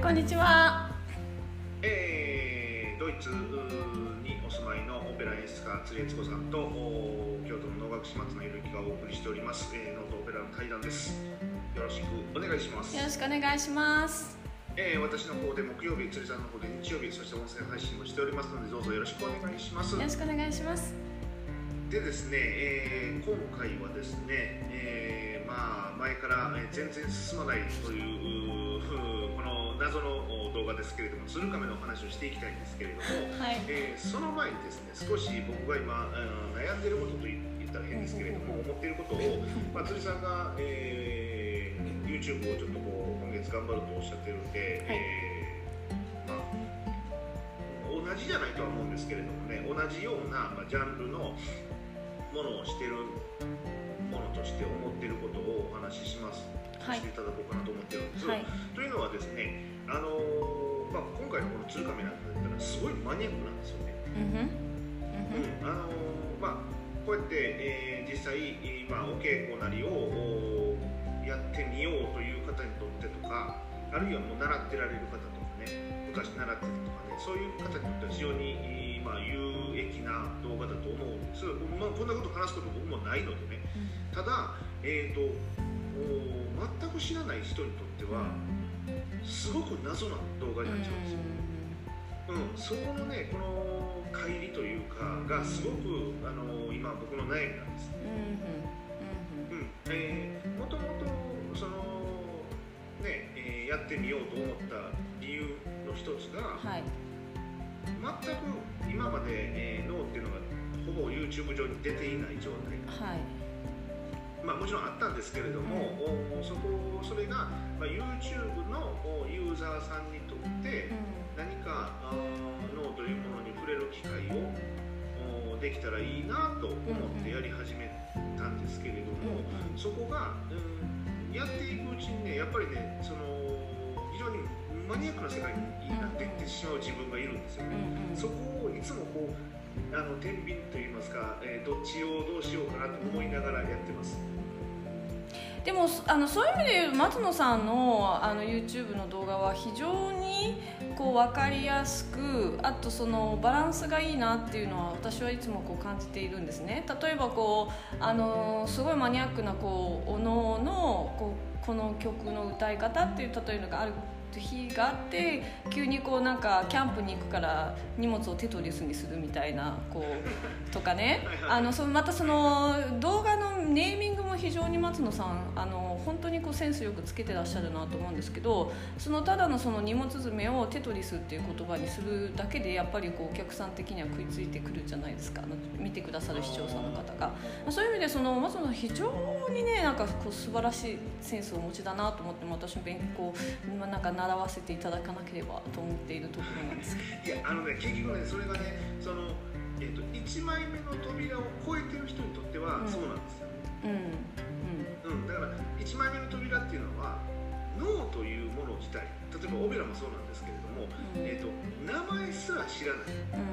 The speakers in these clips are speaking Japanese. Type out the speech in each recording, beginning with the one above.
こんにちは。 ドイツにお住まいのオペラ演出家釣江悦子さんと京都の能楽師松野ゆるきがお送りしております、ノートオペラの対談です。よろしくお願いします。 よろしくお願いします。 私の方で木曜日、釣さんの方で日曜日、そして音声配信もしておりますので、どうぞよろしくお願いします。 よろしくお願いします。 でですね、今回はですね、前から全然進まないというこの謎の動画ですけれども、鶴亀のお話をしていきたいんですけれども、 はい、 その前にですね、少し僕が今悩んでいることと言ったら変ですけれども、思っていることを、釣さんが、YouTube をちょっと今月頑張るとおっしゃってるんで、同じじゃないとは思うんですけれどもね、同じような、ジャンルのものをしているものとして思っていることをお話しします、していただこうかなと思ってるんです、というのはですね、今回のこの鶴亀なんかだったらすごいマニアックなんですよね。こうやって、実際、お稽古なりをやってみようという方にとってとか、あるいはもう習ってられる方とかね、昔習ってたとかね、そういう方にとっては非常に有益な動画だと思うんです。こんなこと話すこと僕もないのでね、ただ、全く知らない人にとってはすごく謎な動画になっちゃうんですよ。そこのね、この乖離というかがすごく今僕の悩みなんです。もともとそのね、やってみようと思った理由の一つが、全く今まで、脳っていうのがほぼ YouTube 上に出ていない状態、もちろんあったんですけれども、それが、YouTube のユーザーさんにとって何か脳というものに触れる機会をできたらいいなと思ってやり始めたんですけれども、そこが、やっていくうちにね、やっぱりね、非常にマニアックな世界になっていってしまう自分がいるんですよね。そこをいつも天秤といいますか、どっちをどうしようかなと思いながらやってます。 でもそういう意味で言うと松野さんのYouTube の動画は非常に分かりやすく、あとそのバランスがいいなっていうのは私はいつも感じているんですね。例えばすごいマニアックなおののこの曲の歌い方っていう例えのがある日があって、急になんかキャンプに行くから荷物をテトリスにするみたいなとかねまたその動画のネーミングも非常に松野さん本当にセンスよくつけてらっしゃるなと思うんですけど、ただのその荷物詰めをテトリスっていう言葉にするだけでやっぱりお客さん的には食いついてくるじゃないですか、見てくださる視聴者の方が。そういう意味で松野さん非常にね、なんか素晴らしいセンスをお持ちだなと思って、私もなんか習わせていただかなければと思っているところなんです。 いや結局ね、それがね、1枚目の扉を越えてる人にとってはそうなんですよね。だから1枚目の扉っていうのは脳というもの自体、例えばオペラもそうなんですけれども、名前すら知らない。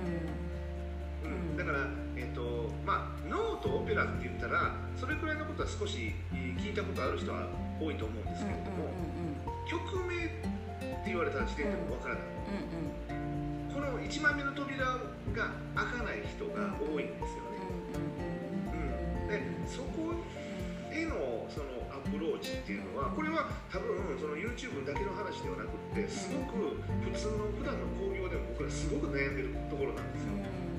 だから脳とオペラって言ったらそれくらいのことは少し聞いたことある人は多いと思うんですけれども、曲名って言われた時点でもわからない。この1枚目の扉が開かない人が多いんですよね。でそこへのそのアプローチっていうのは、これは多分その YouTube だけの話ではなくって、すごく普段の興行でも僕らすごく悩んでるところなんですよ。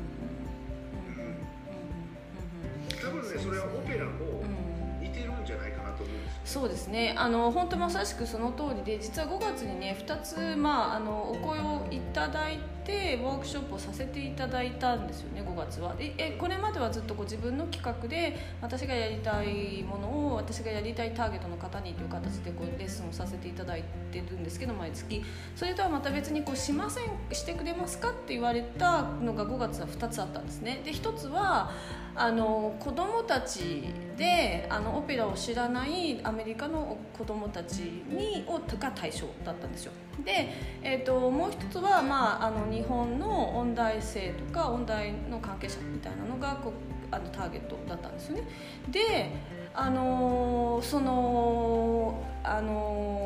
多分ね、それはオペラも似てるんじゃないかなと思うんですよ。 そうですね、本当まさしくその通りで、実は5月にね2つ、お声をいただいてワークショップをさせていただいたんですよね、5月は。これまではずっと自分の企画で私がやりたいものを私がやりたいターゲットの方にという形でレッスンをさせていただいてるんですけど、毎月それとはまた別にしてくれますかって言われたのが5月は2つあったんですね。で1つは子どもたちでオペラを知らないアメリカの子どもたちが対象だったんですよ。で、もう一つは、日本の音大生とか音大の関係者みたいなのがターゲットだったんですよね。で何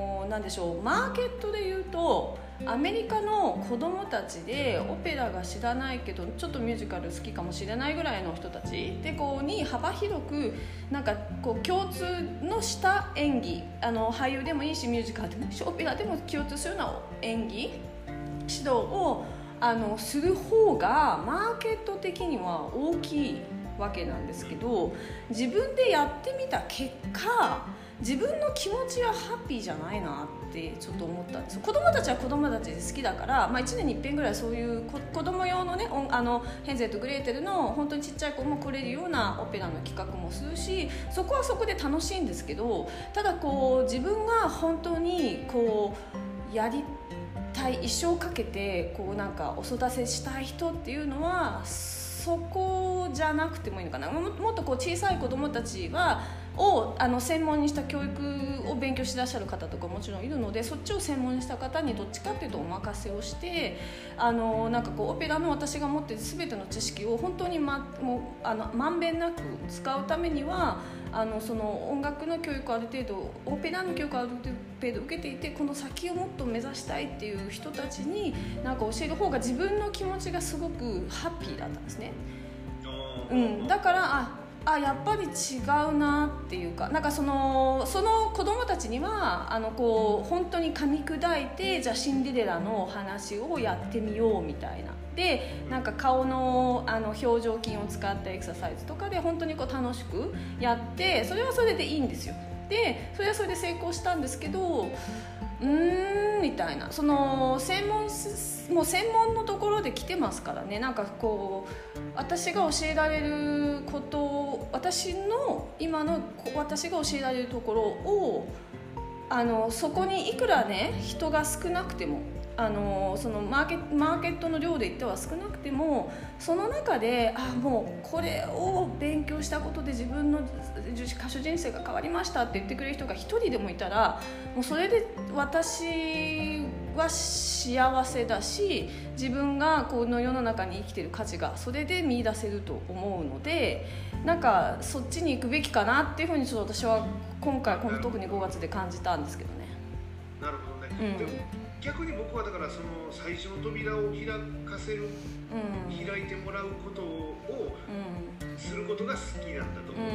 なんでしょう、マーケットで言うとアメリカの子供たちでオペラが知らないけどちょっとミュージカル好きかもしれないぐらいの人たちでこうに幅広くなんかこう共通のした演技、俳優でもいいしミュージカルでもいいしオペラでも共通するような演技指導をする方がマーケット的には大きいわけなんですけど、自分でやってみた結果自分の気持ちはハッピーじゃないなってちょっと思ったんです。子供たちは子供たちで好きだから、1年に1遍ぐらいそういう子供用のねヘンゼルとグレーテルの本当にちっちゃい子も来れるようなオペラの企画もするし、そこはそこで楽しいんですけど、ただこう自分が本当にこうやりたい一生かけてこうなんかお育てしたい人っていうのはそこじゃなくてもいいのかな。もっとこう小さい子どもたちを専門にした教育を勉強してらっしゃる方とかもちろんいるので、そっちを専門にした方にどっちかっていうとお任せをしてなんかこうオペラの私が持っている全ての知識を本当にまんべんなく使うためにはその音楽の教育をある程度オペラの教育をある程度受けていて、この先をもっと目指したいっていう人たちになんか教える方が自分の気持ちがすごくハッピーだったんですね。だからやっぱり違うなっていうか、なんかその子供たちにはこう本当に噛み砕いてじゃあシンデレラの話をやってみようみたいなで、なんか顔の表情筋を使ったエクササイズとかで本当にこう楽しくやって、それはそれでいいんですよ。でそれはそれで成功したんですけど、みたいなもう専門のところで来てますからね。なんかこう私が教えられることを私が教えられるところをそこにいくらね人が少なくてもそのマーケットの量で言っては少なくても、その中でもうこれを勉強したことで自分の歌手人生が変わりましたって言ってくれる人が一人でもいたら、もうそれで私は幸せだし、自分がこの世の中に生きている価値がそれで見出せると思うので、なんかそっちに行くべきかなっていうふうにちょっと私は今回特に5月で感じたんですけどね。 なるほどね。でも逆に僕はだからその最初の扉を開かせる、開いてもらうことをすることが好きなんだと思うん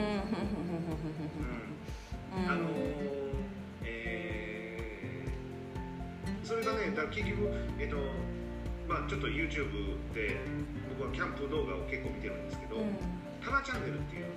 です。それがね、だから結局ちょっと YouTube で僕はキャンプ動画を結構見てるんですけど、タナチャンネルっていう、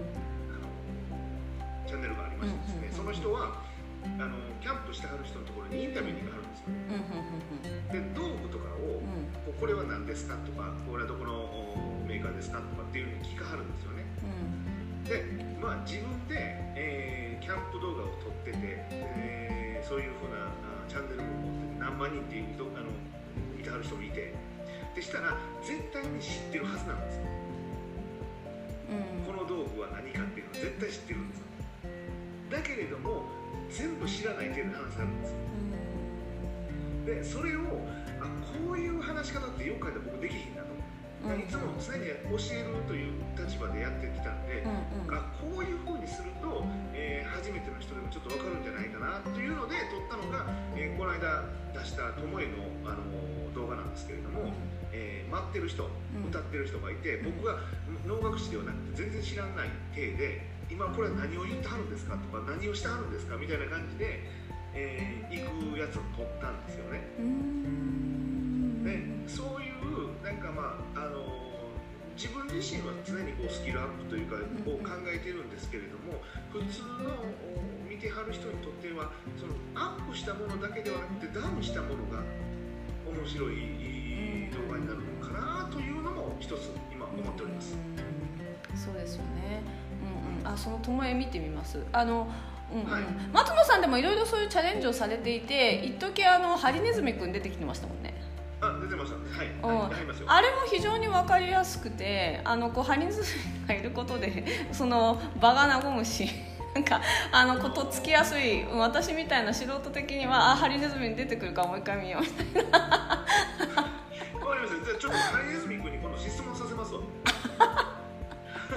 チャンネルがありましてですね、その人はキャンプしてはる人のところにインタビューに行かはるんですよ。で道具とかを、これは何ですかとか、これはどこのメーカーですかとかっていうのに聞かはるんですよね。で、自分で、キャンプ動画を撮ってて、そういう風なチャンネルを持ってて何万人っていう見てはる人もいて、でしたら絶対に知ってるはずなんですよ。この道具は何かっていうのは絶対知ってるんですよ。だけれども全部知らないっていう話があるんですよ。でそれをこういう話し方ってよく書いて僕できひんなと、いつも常に教えるという立場でやってきたんで、こういう風にすると、初めての人でもちょっと分かるんじゃないかなというので撮ったのが、この間出したともえの、動画なんですけれども、待ってる人、歌ってる人がいて、僕が能楽師ではなくて全然知らない体で、今これは何を言ってはるんですかとか、何をしてはるんですかみたいな感じで、行くやつを撮ったんですよね。でそういうなんか自分自身は常にこうスキルアップというかを考えてるんですけれども、普通の見てはる人にとってはそのアップしたものだけではなくてダウンしたものが面白い動画になるのかなというのも一つ今思っております。 そうですよね。そのともえ見てみます。松野さんでもいろいろそういうチャレンジをされていて、一時ハリネズミくん出てきてましたもんね。 出てましたね。ありますよ。 あれも非常に分かりやすくて、ハリネズミがいることでその場が和むし、なんかことつきやすい。私みたいな素人的にはハリネズミに出てくるからもう一回見ようみたいな。わかりました。じゃあちょっとハリネズミくんに今度質問させますわ。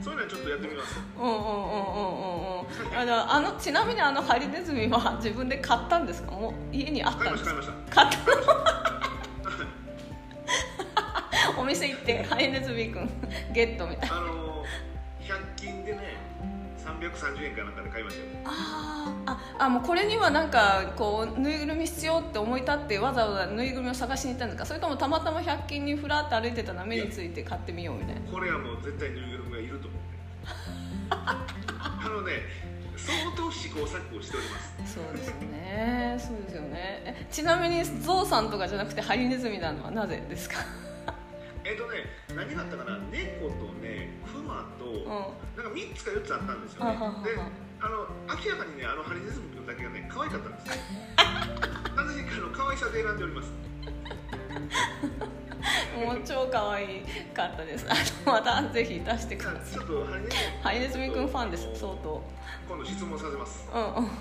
そういうのはちょっとやってみます。 ちなみにハリネズミは自分で買ったんですか？もう家にあったんですか？ 買いました。 買ったお店行ってハリネズミくんゲットみたいな。 100均でね330円かなんかで買いましたよ。 もうこれにはなんかこうぬいぐるみ必要って思い立ってわざわざぬいぐるみを探しに行ったんですか？それともたまたま100均にふらっと歩いてたら目について買ってみようみたいな。 これはもう絶対ぬいぐるみがいると思って相当試行錯誤しております。 そうですよねそうですよね。ちなみにゾウさんとかじゃなくてハリネズミなのはなぜですか？ 何があったかな、猫とね、クマと、なんか3つか4つあったんですよね。で、明らかにね、ハリネズミ君だけがね、可愛かったんですよ。完全に可愛さで選んでおります。 もう超可愛かったです。またぜひ出してください。 ちょっとハリネズミ君ファンです。相当。 今度質問させます。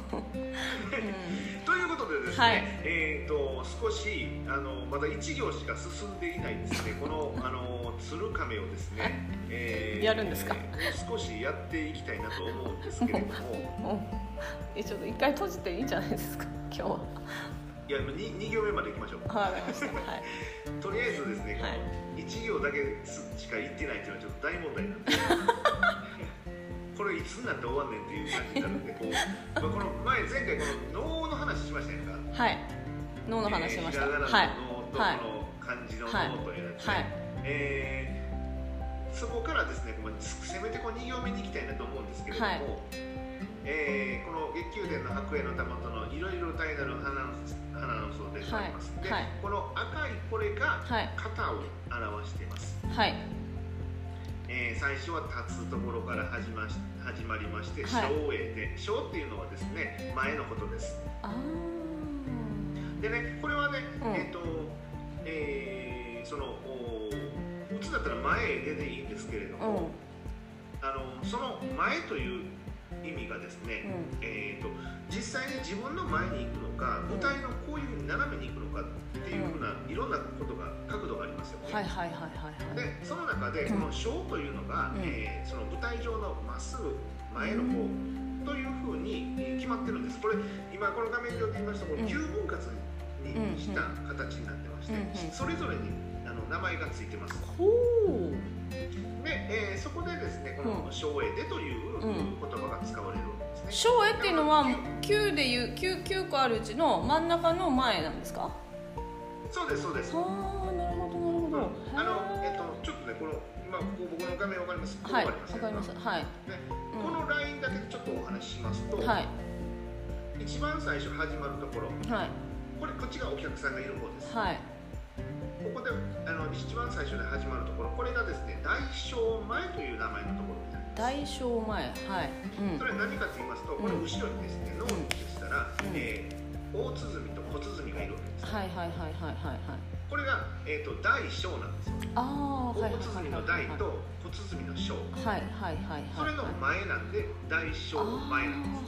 ということでですね、少しまだ1行しか進んでいないですね。この鶴亀をですね、 やるんですか？ 少しやっていきたいなと思うんですけれども、 ちょっと一回閉じていいんじゃないですか？今日は。 いや、2行目まで行きましょう。 わかりました。 とりあえずですね、1行だけしか言ってないっていうのはちょっと大問題なんでこれいつになって終わんねんっていう感じになるんで、この前回この脳の話しましたやんか。 はい、脳の話しました。 ひらがなの脳とこの漢字の脳というやつね。そこからですね、せめて2行目に行きたいなと思うんですけれども、この月宮殿の白衣のたもとのいろいろ大なる花の層でございます。で、この赤いこれが型を表しています。最初は立つところから始まりまして、小へで、小っていうのはですね、前のことです。でね、これはね、打つだったら前へ出でいいんですけれども、その前という意味がですね、実際に自分の前に行くのか、舞台のこういうふうに斜めに行くのかっていうふうな、いろんなことが角度がありますよね。で、その中でこの小というのが、その舞台上のまっすぐ前の方というふうに決まってるんです。これ今この画面上で言いましたこの9分割にした形になってまして、それぞれに名前がついてます。で、そこでですね、この小絵でという言葉が使われるわけですね。 小絵っていうのは9でいう9個あるうちの真ん中の前なんですか？ そうですそうです。 なるほどなるほど。 ちょっとね、この今僕の画面わかります？ はい、わかります。はい。 で、このラインだけちょっとお話ししますと、一番最初始まるところ、こっちがお客さんがいる方です。ここで一番最初で始まるところ、これがですね、大小前という名前のところになります。大小前、それは何かと言いますと、この後ろにですね、脳でしたら、大鼓と小鼓がいるわけです。これが大小なんですよ。大鼓の大と小鼓の小。それの前なんで大小前なんです。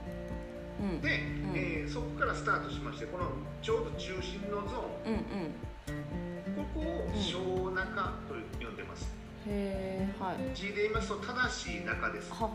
で、そこからスタートしまして、このちょうど中心のゾーン、ここを小中と呼んでます。字で言いますと正しい中です。で、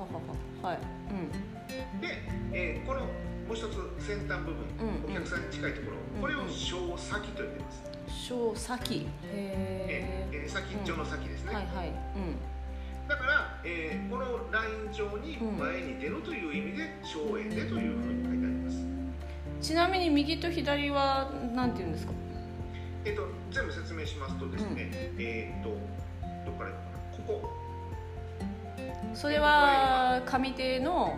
このもう一つ先端部分、お客さんに近いところ、これを小先と呼んでます。 小先、 先っちょの先ですね。だから、このライン上に前に出るという意味で小絵でというふうに書いてあります。 ちなみに右と左は何て言うんですか？ 全部説明しますとですね、どこからいくかな、ここ。 それは上手の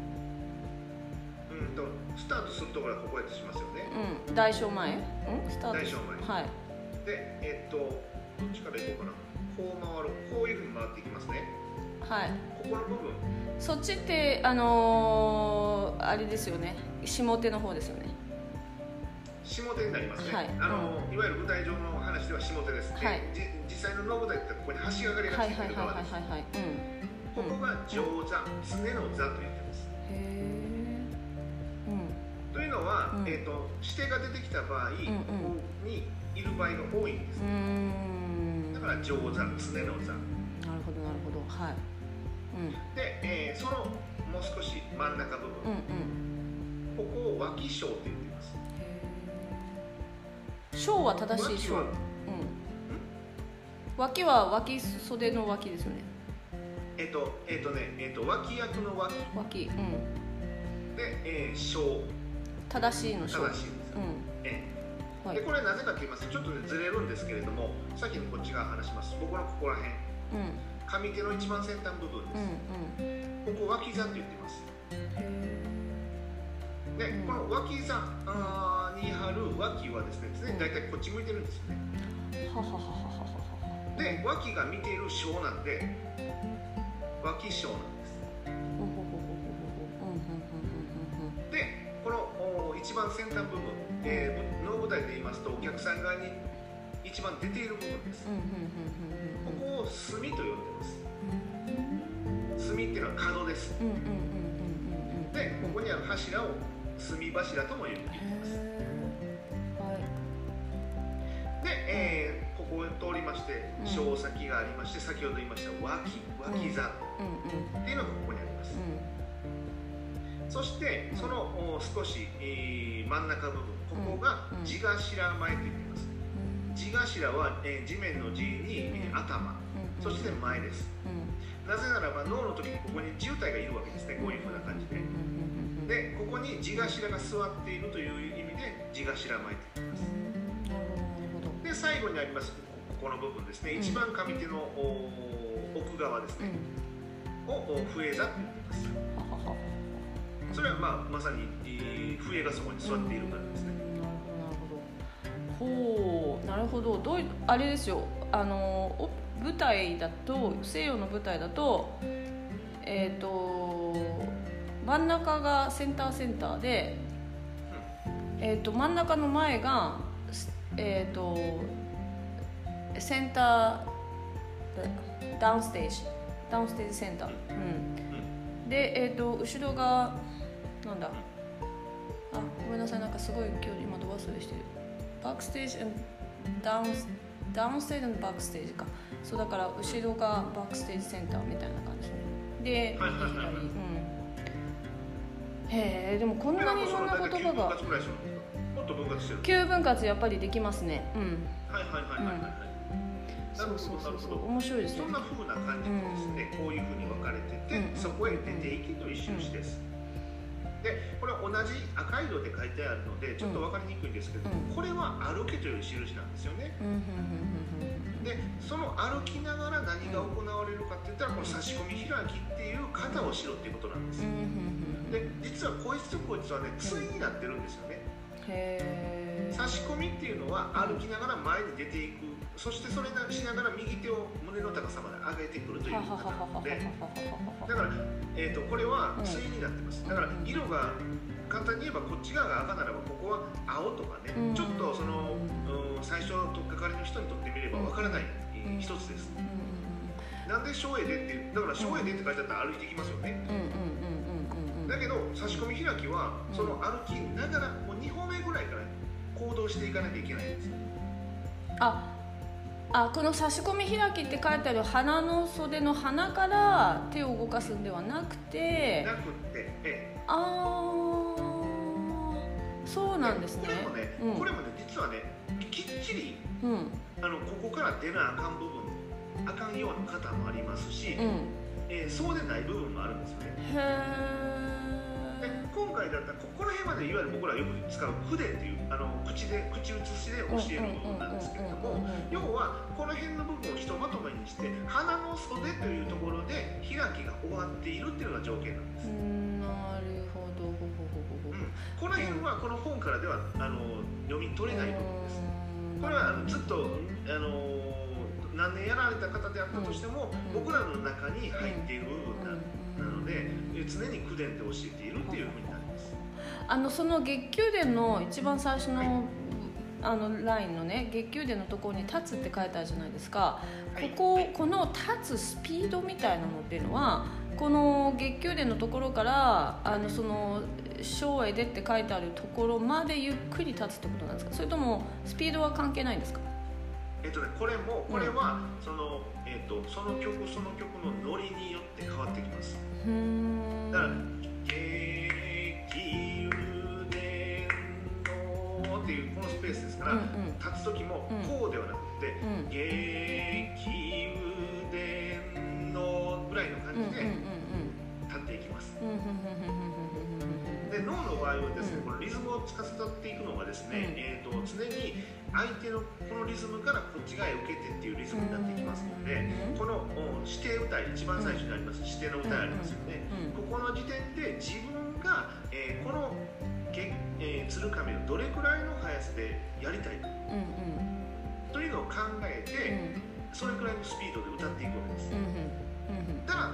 スタートするところはここやとしますよね。 大小前？スタート。 大小前。で、どっちからいこうかな。こう回る、こういうふうに回っていきますね。ここの部分。そっちってあれですよね。下手の方ですよね。 下手になりますね。いわゆる舞台上の話では下手です。実際の能舞台ってここに橋がかりがついてる側です。ここが上座、常の座と言ってます。というのは、指定が出てきた場合、ここにいる場合が多いんです。だから上座、常の座。 ほどなるほど、はい、 で、そのもう少し真ん中部分、ここを脇章って言っています。 章は正しい章。脇は脇袖の脇ですよね。 脇役の脇。で、章。 正しいの章。 正しいです。でこれなぜかと言いますとちょっとねずれるんですけれども、先にこっち側話します。僕のここら辺、上手の一番先端部分です。ここ脇座って言ってます。でこの脇座に貼る脇はですね、常に大体こっち向いてるんですよね。で脇が見ている章なんで脇章なんです。でこの一番先端部分、能舞台で言いますとお客さん側に一番出ている部分です。ここを隅と呼んでます。隅っていうのは角です。でここにある柱を隅柱とも呼んでいます。で、ここを通りまして章先がありまして、先ほど言いました脇座っていうのがここにあります。そしてその少し真ん中部分、ここが地頭前と言っています。地頭は地面の地に頭、そして前です。なぜならば脳の時にここに地体がいるわけですね。こういう風な感じで。でここに地頭が座っているという意味で地頭前と言っています。で最後にありますこの部分ですね、一番上手の奥側ですね、を笛座と言っています。それはまさに笛がそこに座っているからですね。 なるほど。あれですよ、舞台だと、西洋の舞台だと真ん中がセンターで、真ん中の前がセンターダウンステージセンター、で後ろがなんだ、ごめんなさい、なんかすごい今日今度忘れしてる。バックステージダウンステージのバックステージか。そうだから後ろがバックステージセンターみたいな感じで、へえ、でもこんなにいろんな言葉が9分割やっぱりできますね。そう面白いですね。 そんな風な感じでですね、こういう風に分かれてて、そこへ出ていきという印です。でこれは同じ赤色で書いてあるのでちょっと分かりにくいんですけど、これは歩けという印なんですよね。でその歩きながら何が行われるかっていったら、この差し込み開きっていう型をしろっていうことなんです。で実はこいつとこいつはね対になってるんですよね。差し込みっていうのは歩きながら前に出ていく、そしてそれしながら右手を胸の高さまで上げてくるということなので、だから、これは対になってます。だから色が簡単に言えばこっち側が赤ならばここは青とかね、ちょっとその最初取っかかりの人にとってみればわからない一つです。なんで章へ出っていう、だから章へ出って書いてあったら歩いていきますよね。だけど差し込み開きはその歩きながらもう2歩目ぐらいから行動していかなきゃいけないんです。 この差し込み開きって書いてある鼻の袖の鼻から手を動かすんではなくて、そうなんですね。 これもね実はねきっちり、ここから出なあかん部分、あかんような方もありますし、そうでない部分もあるんですよね。で今回だったらここら辺までいわゆる僕らよく使う筆っていう口移しで教える部分なんですけれども、要はこの辺の部分をひとまとめにして鼻の袖というところで開きが終わっているっていうのが条件なんです。 なるほど。 この辺はこの本からでは読み取れない部分です。これはずっと何年やられた方であったとしても、僕らの中に入っている部分なので常に口伝で教えているっていうふうになります。 その月宮殿の一番最初の、ラインのね、月宮殿のところに立つって書いてあるじゃないですか。この立つスピードみたいなのっていうのはこの月宮殿のところからその章へ出って書いてあるところまでゆっくり立つってことなんですか？それともスピードは関係ないんですか？ これはその曲のノリによって変わってきます。だから激ゆでのっていうこのスペースですから、立つ時もこうではなくて、激ゆでのぐらいの感じで立っていきます。で脳の場合はですね、このリズムを司っていくのがですね、常に相手のこのリズムからこっち側へ受けてっていうリズムになっていきますので、この指定歌い、一番最初にあります指定の歌いありますよね、ここの時点で自分が、この鶴亀をどれくらいの速さでやりたいか、というのを考えて、それくらいのスピードで歌っていくわけです。だから、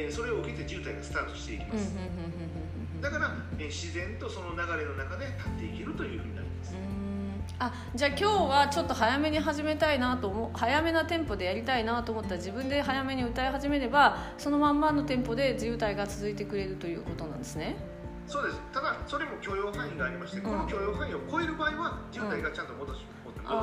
それを受けて渋滞がスタートしていきます。だから、自然とその流れの中で立っていけるというふうになります。 じゃあ今日はちょっと早めに始めたいなと早めなテンポでやりたいなと思ったら自分で早めに歌い始めればそのまんまのテンポで渋滞が続いてくれるということなんですね。 そうです。ただそれも許容範囲がありまして、この許容範囲を超える場合は渋滞がちゃんと戻します。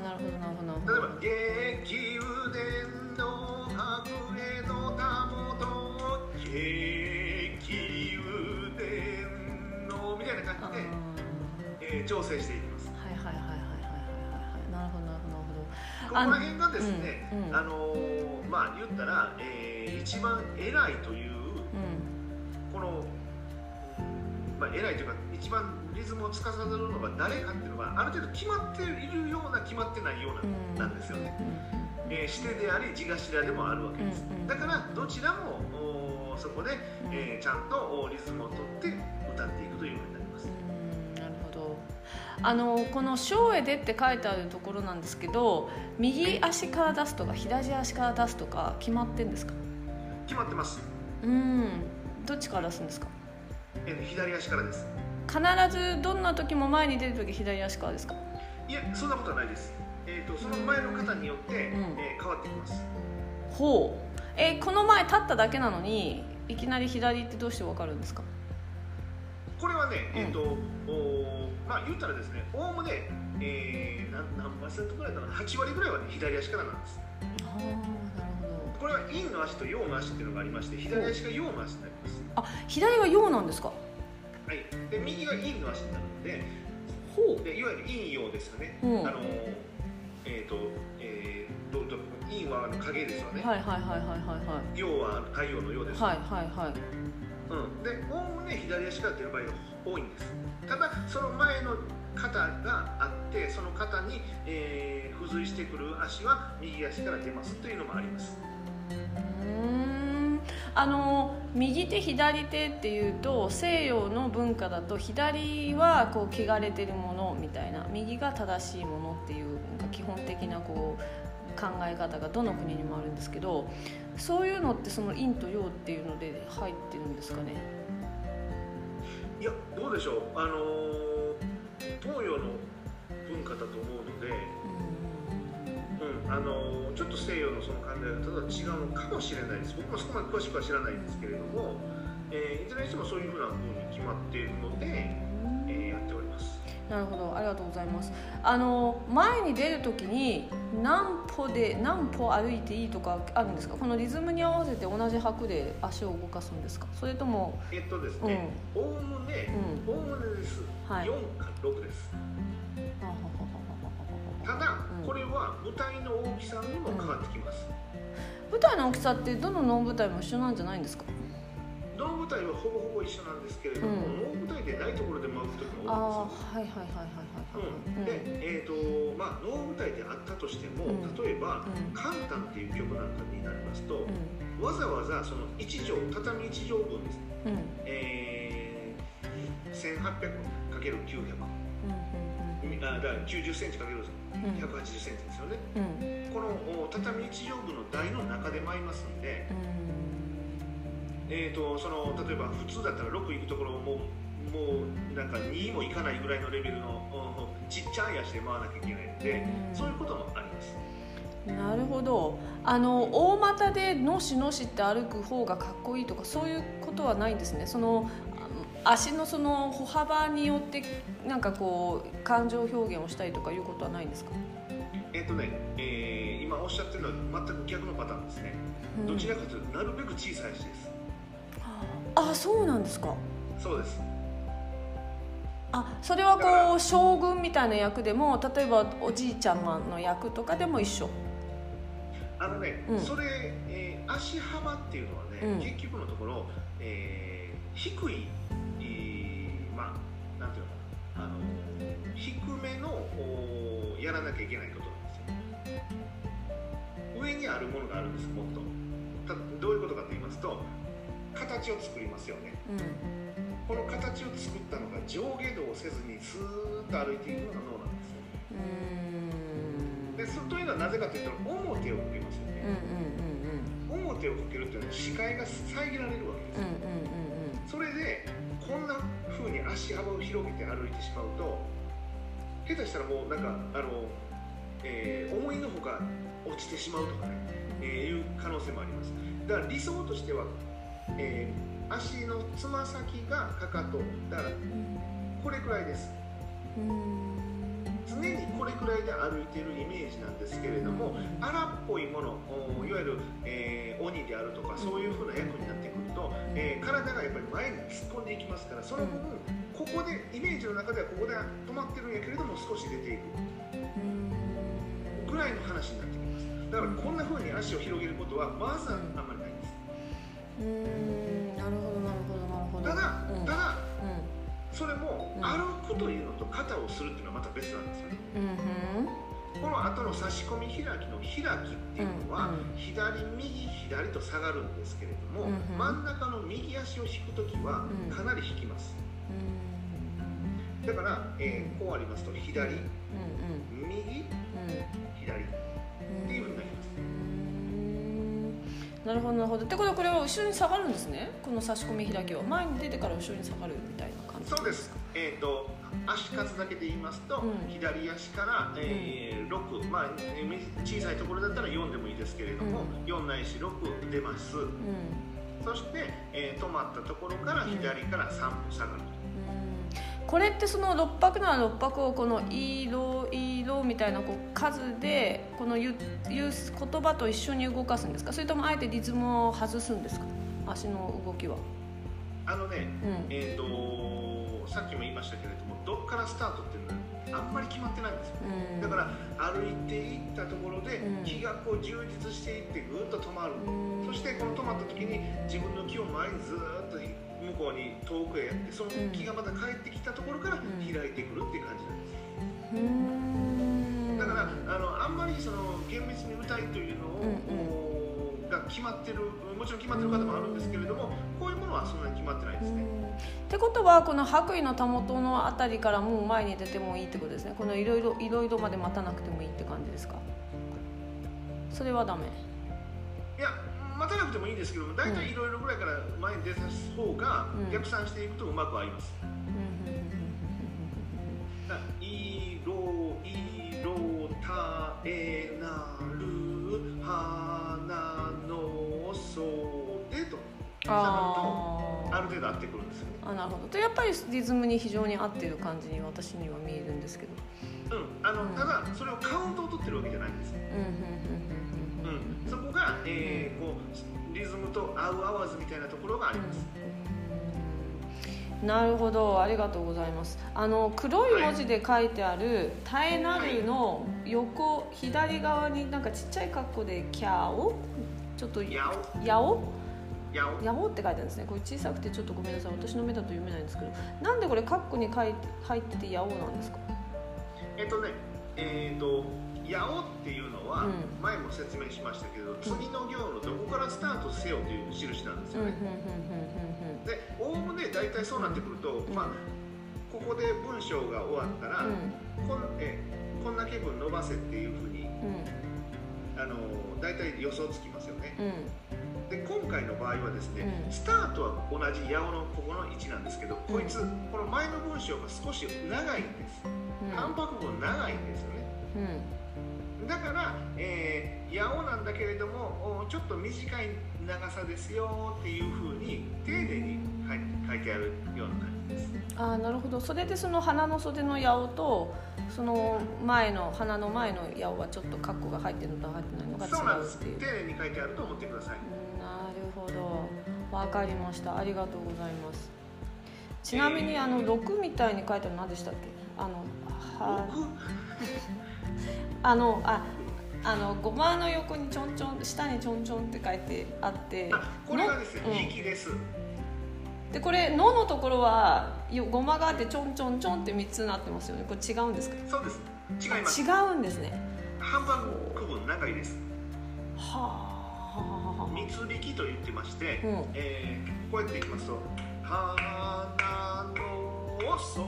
なるほどなるほど。 例えば激ゆでの白衣のたもと激ゆでのみたいな感じで、調整していきます。 なるほどなるほど。 ここら辺がですね、言ったら、一番偉いという、この偉いというか一番リズムを司るのが誰かっていうのがある程度決まっているような決まってないようななんですよね。指定であり地頭でもあるわけです。だからどちらもそこで、ちゃんとリズムをとって歌っていくというようになります。 なるほど。この「小へで」って書いてあるところなんですけど、右足から出すとか左足から出すとか決まってんですか？ 決まってます。 どっちから出すんですか？ 左足からです。 必ずどんな時も前に出る時左足からですか？ いや、そんなことはないです。その前の方によって、変わってきます。 ほう。この前立っただけなのにいきなり左ってどうして分かるんですか？ これはね、言ったらですね、おおむね、何%ぐらいかな、8割ぐらいは、ね、左足からなんです。 なるほど。 これは陰の足と陽の足っていうのがありまして、左足が陽の足になります。 左が陽なんですか？ はい。で、右が陰の足になるので、でいわゆる陰陽ですよね。陰は影ですよね。陽は太陽の陽です。で、おおむね左足から出る場合が多いんです。ただその前の肩があって、その肩に、付随してくる足は右足から出ますというのもあります。 右手左手っていうと西洋の文化だと左はこう汚れてるものみたいな、右が正しいものっていう基本的なこう考え方がどの国にもあるんですけど、そういうのってその陰と陽っていうので入ってるんですかね？ いや、どうでしょう。東洋の文化だと思うので、ちょっと西洋のその考え方とは違うのかもしれないです。僕もそこまで詳しくは知らないんですけれども、いずれにしてもそういうふうな風に決まっているので、やっております。 なるほど、ありがとうございます。前に出るときに何歩歩いていいとかあるんですか？このリズムに合わせて同じ拍で足を動かすんですか？それともですね、おおむねです、4か6です。ただ、これは舞台の大きさにも変わってきます。 舞台の大きさってどの能舞台も一緒なんじゃないんですか？ 能舞台はほぼほぼ一緒なんですけれども、能舞台でないところで舞う時も多いんですよ。能舞台であったとしても、例えば「カンタン」っていう曲なんかになりますと、わざわざその1畳畳1畳分ですね、1800×900、だから90センチ ×180 センチですよね。この畳1畳分の台の中で舞いますんで、例えば普通だったら6いくところをもうなんか2もいかないぐらいのレベルのちっちゃい足で回らなきゃいけないので、そういうこともあります。 なるほど。大股でのしのしって歩く方がかっこいいとかそういうことはないんですね。その足のその歩幅によってなんかこう感情表現をしたりとかいうことはないんですか？ 今おっしゃってるのは全く逆のパターンですね、どちらかというとなるべく小さい足です。 あ、そうなんですか。 そうです。 それはこう将軍みたいな役でも、例えばおじいちゃまの役とかでも一緒？ それ、足幅っていうのはね、結局のところ、低い、なんていうのかな、低めのやらなきゃいけないことなんですよ。上にあるものがあるんです。もっとどういうことかと言いますと、形を作りますよね、この形を作ったのが上下動せずにスーッと歩いていくのが脳なんですよ。でというのはなぜかというと、表をかけますよね、表をかけるというのは視界が遮られるわけです、それでこんな風に足幅を広げて歩いてしまうと、下手したらもうなんか思いのほか落ちてしまうとかね、いう可能性もあります。だから理想としては、足のつま先がかかとだからこれくらいです。常にこれくらいで歩いているイメージなんですけれども、荒っぽいもの、いわゆる、鬼であるとかそういう風な役になってくると、体がやっぱり前に突っ込んでいきますから、その分ここでイメージの中ではここで止まってるんやけれども少し出ていくぐらいの話になってきます。だからこんな風に足を広げることはまずあんまりないです。 なるほどなるほどなるほど。 ただ、それも歩くというのと肩をするっていうのはまた別なんですよね。この後の差し込み開きの開きっていうのは、左右左と下がるんですけれども、真ん中の右足を引くときはかなり引きます。だから、こうありますと左、右、左っていうふうになります。 なるほどなるほど。ってことはこれは後ろに下がるんですね。この差し込み開きは前に出てから後ろに下がるみたいな感じ。 そうです。足数だけで言いますと、左足から、6、小さいところだったら4でもいいですけれども、4ないし6出ます。そして、止まったところから左から3歩下がる。 これってその6拍なら6拍をこのイーローみたいなこう数でこの言う言葉と一緒に動かすんですか？それともあえてリズムを外すんですか？足の動きは。 さっきも言いましたけれども、どっからスタートっていうのはあんまり決まってないんですよ。だから歩いていったところで気がこう充実していってぐっと止まる。そしてこの止まった時に自分の気を前にずっと向こうに遠くへやって、その気がまた帰ってきたところから開いてくるっていう感じなんです。だからあんまりその厳密に歌いというのを、が決まってる、もちろん決まってる方もあるんですけれども、こういうものはそんなに決まってないですね。 ってことはこの白衣のたもとのあたりからもう前に出てもいいってことですね。このいろいろまで待たなくてもいいって感じですか？それはダメ？いや、待たなくてもいいんですけども、大体いろいろぐらいから前に出さす方が逆算していくとうまく合います。いろたえなる花の袖とある程度合ってくるんですよね。 なるほど。とやっぱりリズムに非常に合っている感じに私には見えるんですけど。 ただそれをカウントを取ってるわけじゃないんです。そこが、こうリズムと合う合わずみたいなところがあります。 なるほど、ありがとうございます。黒い文字で書いてある「耐えなる」の横、左側になんかちっちゃい括弧で「キャオ」ちょっと「やお」って書いてあるんですね。これ小さくてちょっとごめんなさい、私の目だと読めないんですけど、なんでこれ括弧に入ってて「やお」なんですか？ やおっていうのは前も説明しましたけど、次の行のどこからスタートせよという印なんですよね。で、おおむね大体そうなってくると、ここで文章が終わったら、こんな気分伸ばせっていうふうに大体予想つきますよね。で、今回の場合はですね、スタートは同じやおのここの位置なんですけど、こいつこの前の文章が少し長いんです。反拍分長いんですよね。だから、やおなんだけれどもちょっと短い長さですよっていうふうに丁寧に書書いてあるような感じです。 あ、なるほど。それでその鼻の袖の八尾とその前の鼻の前の八尾はちょっとカッコが入ってるのと入ってないのが違うっていう。 丁寧に書いてあると思ってください。 なるほど、わかりました。ありがとうございます。ちなみに6みたいに書いてあるの何でしたっけ？ごまの横にちょんちょん、下にちょんちょんって書いてあって、 これがですね、引きです。 でこれののところはごまがあってちょんちょんちょんって3つになってますよね。これ違うんですか？ そうです、違います。 違うんですね。 半分区分長いです。 はあ、 三つ引きと言ってまして、こうやっていきますと花の袖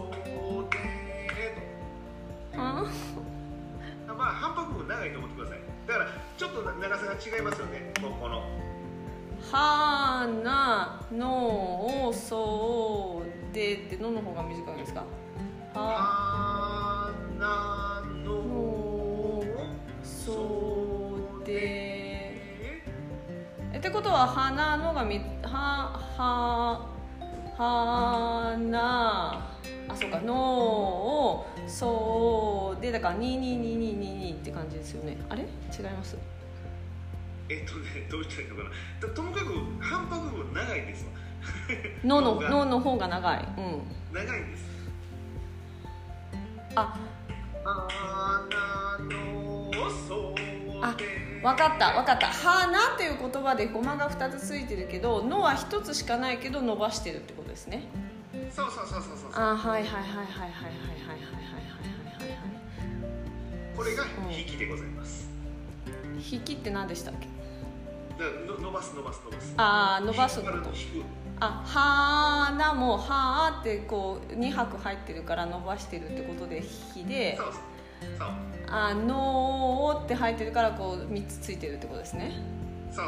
と、まあ半分区分長いと思ってください。だからちょっと長さが違いますよね。この花の袖ってのの方が短いんですか？ 花の袖ってことは花のがそうか、のを袖だから22222って感じですよね。あれ違います？ どう言ったらいいのかな。ともかく半拍分長いですわ。 のの方が長い。 長いんです。 あ、 花の袖。 分かった花っていう言葉でゴマが2つついてるけど、のは1つしかないけど伸ばしてるってことですね。 そう。 あ、はい。 これが引きでございます。 引きって何でしたっけ？ 伸ばす。 あ、伸ばすのこと。 引く。 花もはーってこう2拍入ってるから伸ばしてるってことで引きで、 そうのーって入ってるからこう3つついてるってことですね。 そう。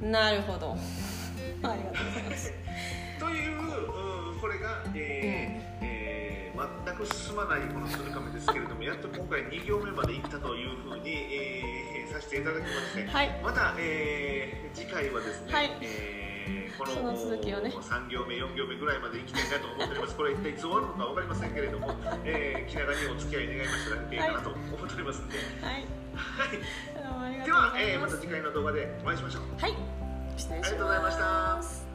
なるほど。ありがとうございます。 というこれが、全く進まないこの鶴亀ですけれども、やっと今回2行目までいったというふうに、させていただきまして、 はい、 また、次回はですね、 はい、 このその続きをね、 3行目4行目ぐらいまで行きたいなと思っております。これ一体いつ終わるのか分かりませんけれども、気長にお付き合い願いましたらいいかなと思っておりますので、では、また次回の動画でお会いしましょう。 はい、失礼します。 ありがとうございました。